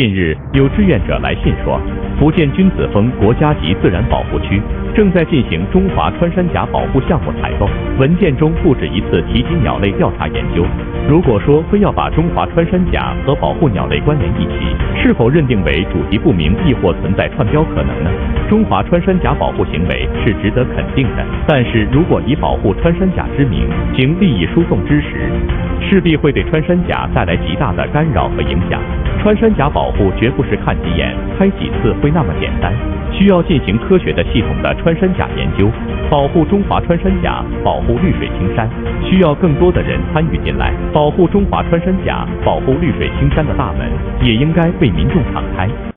近日，有志愿者来信说，福建君子峰国家级自然保护区正在进行中华穿山甲保护项目采购，文件中不止一次提及鸟类调查研究。如果说非要把中华穿山甲和保护鸟类关联一起，是否认定为主题不明，亦或存在串标可能呢？中华穿山甲保护行为是值得肯定的，但是如果以保护穿山甲之名行利益输送之时，势必会对穿山甲带来极大的干扰和影响。穿山甲保护绝不是看几眼、拍几次会那么简单，需要进行科学的、系统的穿山甲研究。保护中华穿山甲，保护绿水青山，需要更多的人参与进来。保护中华穿山甲、保护绿水青山的大门也应该为民众敞开。